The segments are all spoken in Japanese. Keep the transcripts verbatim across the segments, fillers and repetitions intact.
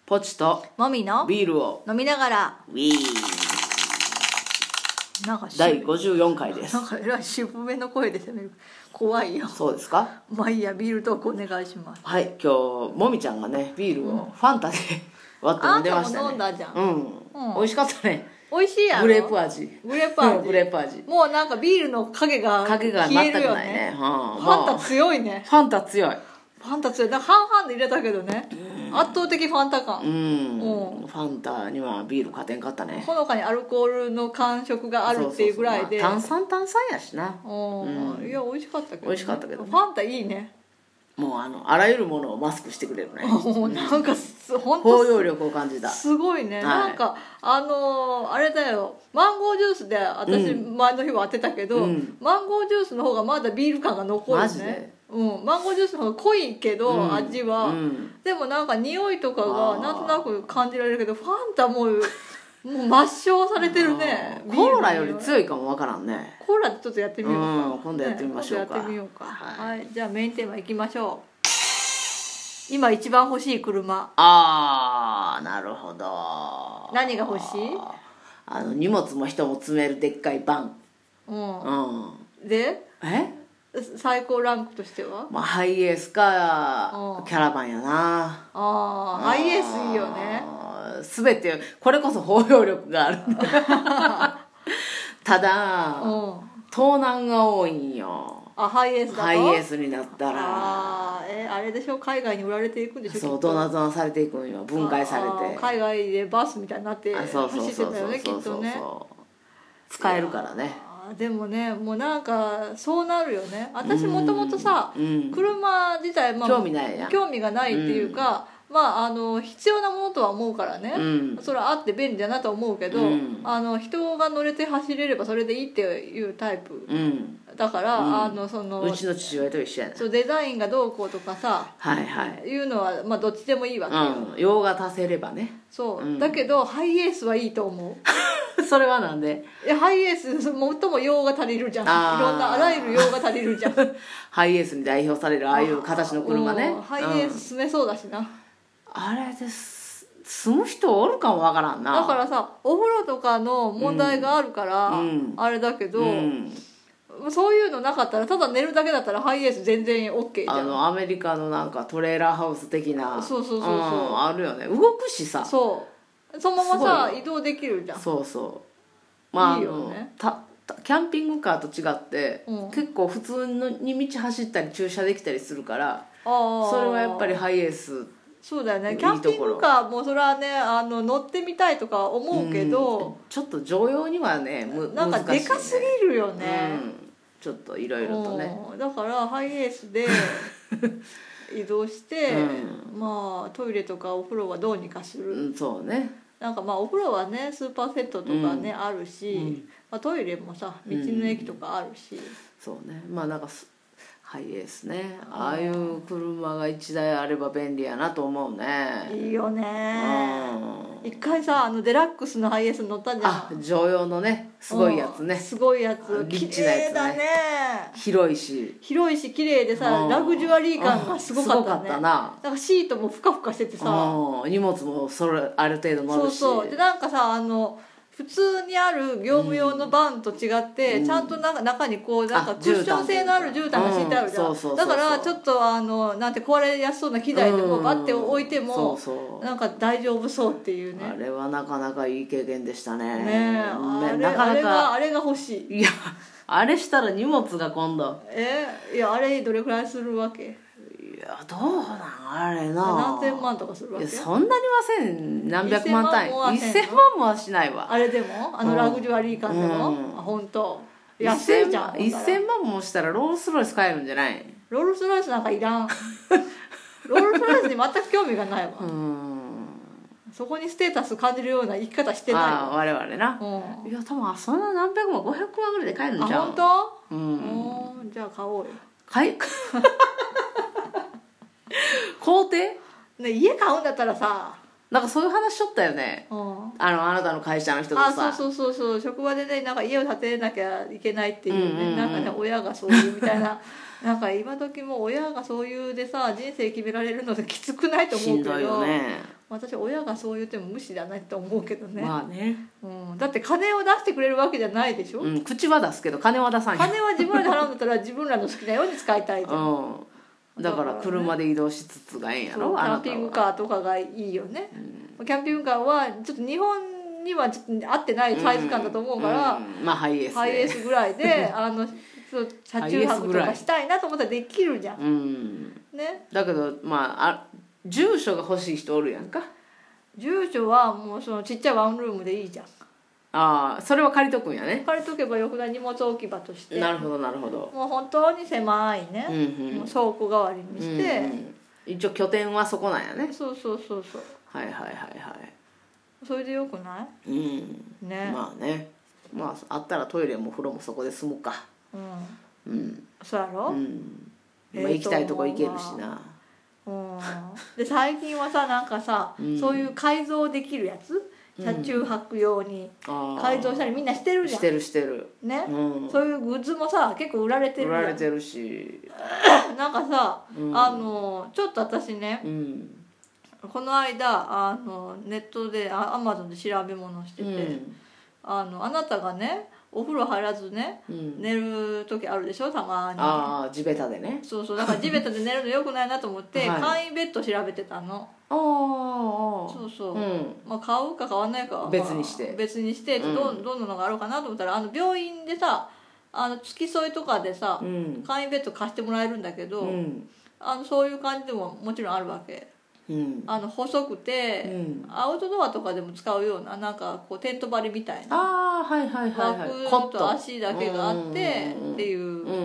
ポチともみのビールを飲みながらウィーなんかだいごじゅうよんかいです。 なんかえらい渋めの声で攻める怖いよ。 そうですか。 まあいいや、ビールトークお願いします。 はい、今日もみちゃんがねビールをファンタで割って飲んでましたね。 あんたも飲んだじゃん。 うん、 うん美味しかったね。 美味しいやろ。 グレープ味。 グレープ味。 グレープ味。 もうなんかビールの影が影が消えるよ全くないね。 ね。 うん、 ファンタ強いね。 ファンタ強い。 ファンタ強い。だから半々で入れたけどね。圧倒的ファンタ感。 うん、 うんファンタにはビール勝てんかったね。 ほのかにアルコールの感触があるっていうぐらいで。 そうそうそう、まあ、炭酸炭酸やしな。 うん、いや美味しかったけど、ね、 美味しかったけど、ね、 ファンタいいね。 もうあのあらゆるものをマスクしてくれるね。 もうなんかす本当包容力を感じた。 すごいね、 はい、 なんかあのー、あれだよ、マンゴージュースで私前の日は当てたけど、うん、マンゴージュースの方がまだビール感が残るね。 マジで、 うん、マンゴージュースの方が濃いけど、うん、味は、 うん、 でもなんか匂いとかがなんとなく感じられるけど、ファンタもうもう抹消されてるね。 コーラより強いかもわからんね。 コーラでちょっとやってみようか、 うん、今度やってみましょうか、 ね、やってみようか、 はい、 はい、じゃあメインテーマいきましょう。今一番欲しい車。 あー、なるほど。 何が欲しい？ あの荷物も人も詰めるでっかいバン。 うん、 うん、 でえ最高ランクとしては、 まあ、ハイエースかキャラバンやな。 あー、ハイエースいいよね。 全てこれこそ包容力があるただ、うん、盗難が多いんよ。 あ、ハイエースだとハイエースになったら、 あー、えあれでしょ、海外に売られていくんでしょ。 そう、ドナドナされていくんよ、分解されて。 海外でバスみたいになって走ってたよね、きっとね。 使えるからね。 でもね、もうなんかそうなるよね。私もともとさ、うん、車自体、まあ、 興味ないやん。 興味がないっていうか、うん、まあ、あの必要なものとは思うからね、うん、それはあって便利だなと思うけど、うん、あの人が乗れて走れればそれでいいっていうタイプ、うん、だから、うん、あのそのうちの父親と一緒やね。 そう、デザインがどうこうとかさ、 はいはい、 いうのは、まあ、どっちでもいいわけよ、 うん、用が足せればね。 そう、うん、だけどハイエースはいいと思うそれはなんで？ いや、ハイエース最も用が足りるじゃん。いろんなあらゆる用が足りるじゃんハイエースに代表されるああいう形の車ね。 ハイエース住めそうだしな、うん、 あれです住む人おるかもわからんな。 だからさ、お風呂とかの問題があるから、うん、あれだけど、うん、そういうのなかったらただ寝るだけだったらハイエース全然 OK じゃん。 あのアメリカのなんかトレーラーハウス的な、 そうそうそうそう、うん、 あるよね。動くしさ、 そうそのままさ移動できるじゃん。 そうそう、まあ、いいよね。 たキャンピングカーと違って、うん、結構普通に道走ったり駐車できたりするから、あ、それはやっぱりハイエース。 そうだよね、キャンピングカーもそれはね、あの乗ってみたいとか思うけど、 うん、ちょっと常用にはね、むなんかでかすぎるよね、 うん、ちょっといろいろとね。 だからハイエースで移動して、うん、まあトイレとかお風呂はどうにかする、 うん、そうね。 なんかまあお風呂はねスーパーセットとかね、うん、あるし、うん、まあ、トイレもさ道の駅とかあるし、うん、 そうね、まあなんかハイエースね、ああいう車がいちだいあれば便利やなと思うね。 いいよね。一回さ、あのデラックスのハイエースに乗ったんじゃん。 あ、乗用のね、すごいやつね、 すごいやつ、 リッチなやつね。 だね、 広いし広いし綺麗でさ、ラグジュアリー感がすごかったね。すごかったな。なんかシートもふかふかしててさ、 荷物もそれある程度乗るし、 そうそう、でなんかさ、あの普通にある業務用のバンと違って、うん、ちゃんとなんか中にこうなんかクッション性のある絨毯が敷いてあるじゃん。だからちょっとあのなんて壊れやすそうな機材でもバッて置いても、うん、そうそう、なんか大丈夫そうっていうね。 あれはなかなかいい経験でしたね。 ねえ、あれ、なかなかあれがあれが欲しい。 いや、あれしたら荷物が今度、 えいや、あれどれくらいするわけ？ いや、どうなんあれな、 何千万とかするわけ？いや、 そんなにはせん、何百万単位、せんまんもはしないわ。 あれでもあのラグジュアリー感でも、うん、あ、本当安いじゃん。 せんまんもしたらロールスロイス買えるんじゃない？ ロールスロイスなんかいらんロールスロイスに全く興味がないわ。うん、そこにステータス感じるような生き方してないわ。 あ、我々な、うん、いや、多分そんな何百万、ごひゃくまんぐらいで買えるんじゃん。 あ、本当？うん、じゃあ買おうよ。 買い工程ね、家買うんだったらさ、 なんかそういう話しとったよね、うん、あのあなたの会社の人とさ。 あ、そうそうそうそう、職場でね、なんか家を建てなきゃいけないっていうね、うんうんうん、なんかね、親がそういうみたいななんか今時も親がそういうでさ、人生決められるのできつくないと思うけど、しんどいよね。 私親がそう言っても無視だなって思うけどね、 まあね、 うん、だって金を出してくれるわけじゃないでしょ、 うん、口は出すけど金は出さんや金は自分らで払うんだったら自分らの好きなように使いたいじゃん、 うん、だから車で移動しつつがええんやろ、 キャンピングカーとかがいいよね、うん、キャンピングカーはちょっと日本にはちょっと合ってないサイズ感だと思うから、 うんうん、まあハイエースハイエースぐらいであのそう車中泊とかしたいなと思ったらできるじゃん、 うんね、 だけどまああ住所が欲しい人おるやんか。 住所はもうそのちっちゃいワンルームでいいじゃん。 ああ、それは借りとくんやね。 借りとけばよくない荷物置き場として。 なるほどなるほど。 もう本当に狭いね、うんうん、もう倉庫代わりにして、うんうん、 一応拠点はそこなんやね。 そうそうそうそう。 はいはいはいはい。 それでよくない？ うん。ね。まあね。まああったらトイレも風呂もそこで住むか。 うん。うん。そうやろ？うん。 まあ、行きたいとこ行けるしな。 うん、で最近はさなんかさ、うん、そういう改造できるやつ車中泊用に改造したりみんなしてるじゃん。 してるしてるね、うん、そういうグッズもさ結構売られてる売られてるしなんかさ、うん、あのちょっと私ね、うん、この間あのネットでアマゾンで調べ物してて、うん、あのあなたがねお風呂入らずね、うん、寝る時あるでしょたまに。 ああ地べたでね。 そうそうだから地べたで寝るのよくないなと思って、はい、簡易ベッド調べてたの。ああそうそう、うん、まあ買うか買わないかは別にして別にしてどどんなのがあるかなと思ったらあの病院でさあの付き添いとかでさ、うん、簡易ベッド貸してもらえるんだけど、うん、あのそういう感じでももちろんあるわけ。うん、あの細くて、うん、アウトドアとかでも使うようななんかこうテント張りみたいなあ、はいはいはいはい、 枠と足だけがあってっていう、うんうん、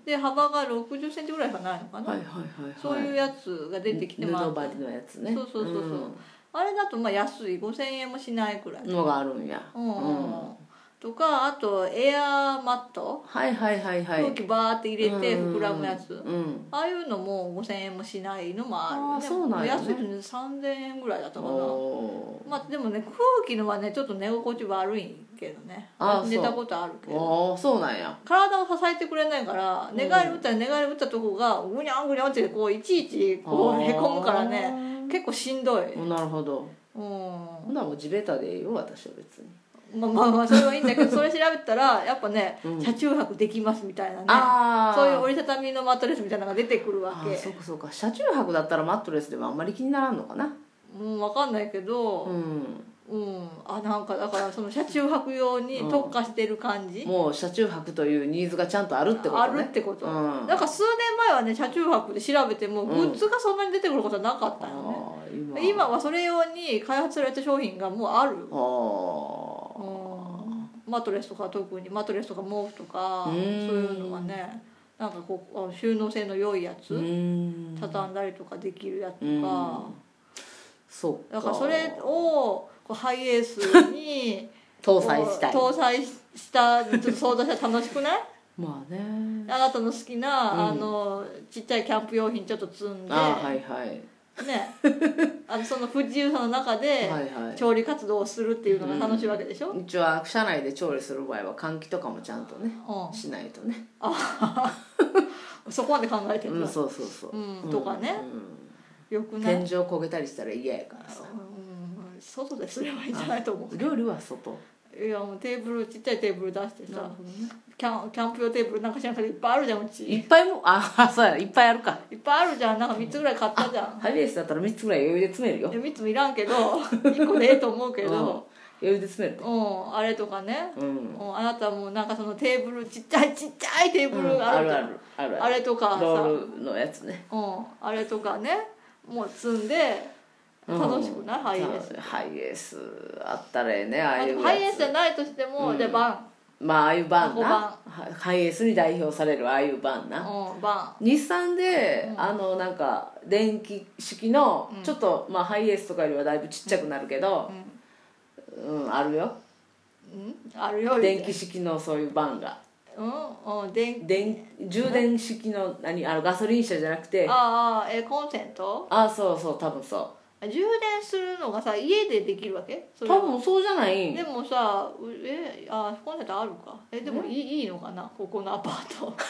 で幅がろくじゅっセンチぐらいしかないのかな、はいはいはいはい、そういうやつが出てきてます。 布張りのやつね。 そうそうそうそう、うん、あれだとまあ安いごせんえんもしないくらいのがあるんや、 うんうんとかあとエアマット、 はいはいはいはい、 空気バーって入れて膨らむやつ、うんうん、ああいうのもごせんえんもしないのもある。 あそうなんやね、 安いのでさんぜんえんぐらいだったかな。まあでもね空気のはねちょっと寝心地悪いけどね。あ寝たことあるけど。 あそうなんや。 体を支えてくれないから寝返り打ったら寝返り打ったとこがぐにゃんぐにゃんってこういちいちこうへこむからね結構しんどい。 なるほど。うん。ほなもう地べたでいいよ私は別に。 まあまあまあそれはいいんだけどそれ調べたらやっぱね、うん、車中泊できますみたいなねそういう折りたたみのマットレスみたいなのが出てくるわけ。 あそうかそうか車中泊だったらマットレスでもあんまり気にならんのかな。 うん分かんないけど、うんうん、あなんかだからその車中泊用に特化してる感じ、 うん、もう車中泊というニーズがちゃんとあるってことね。 あるってこと、うん、だから数年前はね車中泊で調べてもグッズがそんなに出てくることはなかったよね、うん、今, 今はそれ用に開発された商品がもうある。あマットレスとか特にマットレスとか毛布とかそういうのはねなんかこう収納性の良いやつ畳んだりとかできるやつとかそうだからそれをこうハイエースに搭載したい搭載したちょっと想像したら楽しくないまあねあなたの好きな、うん、あのちっちゃいキャンプ用品ちょっと積んであはいはいね、あのその不自由さの中で調理活動をするっていうのが楽しいわけでしょ、 うん、一応車内で調理する場合は換気とかもちゃんとね、うん、しないとねあそこまで考えてるんだ、 うん、そうそうそう、 うん、とかね、うん、よくない天井焦げたりしたら嫌やからさ、 うん、外ですればいいんじゃないと思う。 料理は外いやもうテーブルちっちゃいテーブル出してさ、ね、キャン、キャンプ用テーブルなんか知らんけどいっぱいあるじゃんうち。 いっぱいもあそうやいっぱいあるか。 いっぱいあるじゃんなんかみっつぐらい買ったじゃん。 ハイエースだったらみっつぐらい余裕で詰めるよ。 いやみっつもいらんけどいっこでええと思うけど、うん、 余裕で詰めると、 うん、あれとかね、うん、あなたもなんかそのテーブルちっちゃいちっちゃいテーブルがあるじゃん、うん、あるあるあるあるあれとかさロールのやつね、 うん、あれとかねもう積んで楽しくない、うん、ハイエースハイエースあったらええねああいうやつ。 ハイエースじゃないとしても、うん、じゃあバンまあああいうバンなハイエースに代表されるああいうバンな、 うん、バン日産で、うん、あのなんか電気式の、うん、ちょっと、まあ、ハイエースとかよりはだいぶちっちゃくなるけど、うん、うん、あるよ、 うん、あるよ電気式のそういうバンがうんうん、電電充電式の何あのガソリン車じゃなくてああえコンセントあそうそう多分そう充電するのがさ家でできるわけ多分そうじゃない。 でもさえあコンセントあるかえでもいいいいのかなここのアパート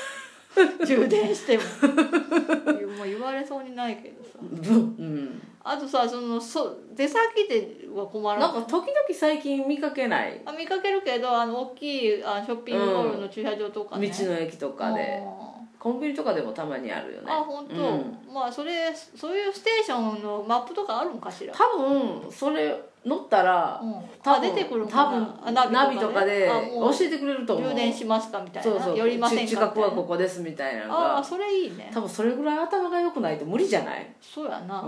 充電してももう言われそうにないけどさ、 うん、 あとさ、そのそ出先では困らない。 なんか時々最近見かけない。 あ見かけるけど、あの大きいあショッピングモールの駐車場とかね、 うん、道の駅とかで、コンビニとかでもたまにあるよね。 あ本当、うん、まあそれそういうステーションのマップとかあるんかしら。 多分それ乗ったら、うん、 多分出てくる多分ナビとかで教えてくれると思う。 充電しますかみたいな。 そうそう、 寄りませんかみたいな。 近くはここですみたいなのが。 ああそれいいね。 多分それぐらい頭が良くないと無理じゃない。 そうやな、うん、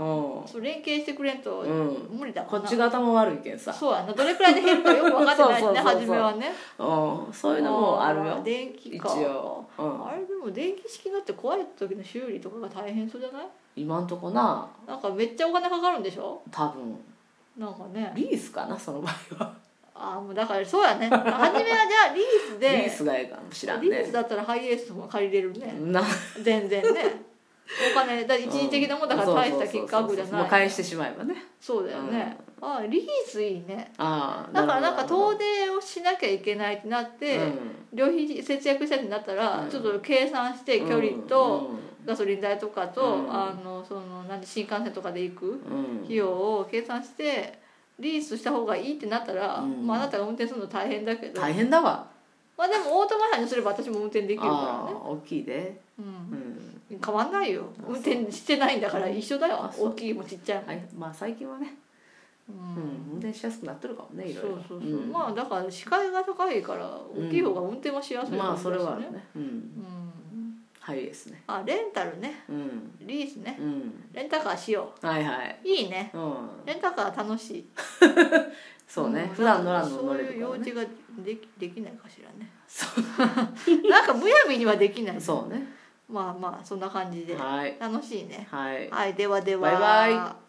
そう連携してくれんと無理だもんな、 こっちが頭悪いけんさ。 そうやな、どれくらいで減るかよく分かってないしね初めはね、 うん、そういうのもあるよ。 電気か一応、うん、 あれでも電気式のって壊れた時の修理とかが大変そうじゃない？ 今んとこな。 なんかめっちゃお金かかるんでしょ多分。 なんかねリースかなその場合は。 ああもうだからそうやね初めはじゃあリースでリースがええかもしらんね。 リースだったらハイエースも借りれるねな全然ねお金だって一時的なもんだから大した金額じゃない、 もう返してしまえばね。 そうだよね、うん、ああリースいいね。 あだからなんか遠出をしなきゃいけないってなって、うん、旅費節約したってなったら、うん、ちょっと計算して距離と、うん、ガソリン代とかと、うん、あのそのなんで新幹線とかで行く費用を計算してリースした方がいいってなったら、うん、まああなたが運転するの大変だけど大変だわ。 まあでもオートマ車にすれば私も運転できるからね。 大きいで、 うんうん、変わんないよ。運転してないんだから一緒だよ。大きいもちっちゃいも、 はい、まあ最近はね、うんうん、運転しやすくなってるかもねいろいろ。 そうそうそう、うん、まあだから視界が高いから大きい方が運転はしやすい、ね、 まあそれはあるね、うん、うん、はいですね。 あレンタルね、うん、リースね、うん、レンタカーしよう。はいはい、 いいね、うん、レンタカー楽しいそうね、うん、普段乗らんの乗れるから、ね、そういう用事ができ、できないかしらね。そうなんかむやみにはできない、ね、 そうね。 まあまあそんな感じで楽しいね。 はい、 はい、ではではバイバイ。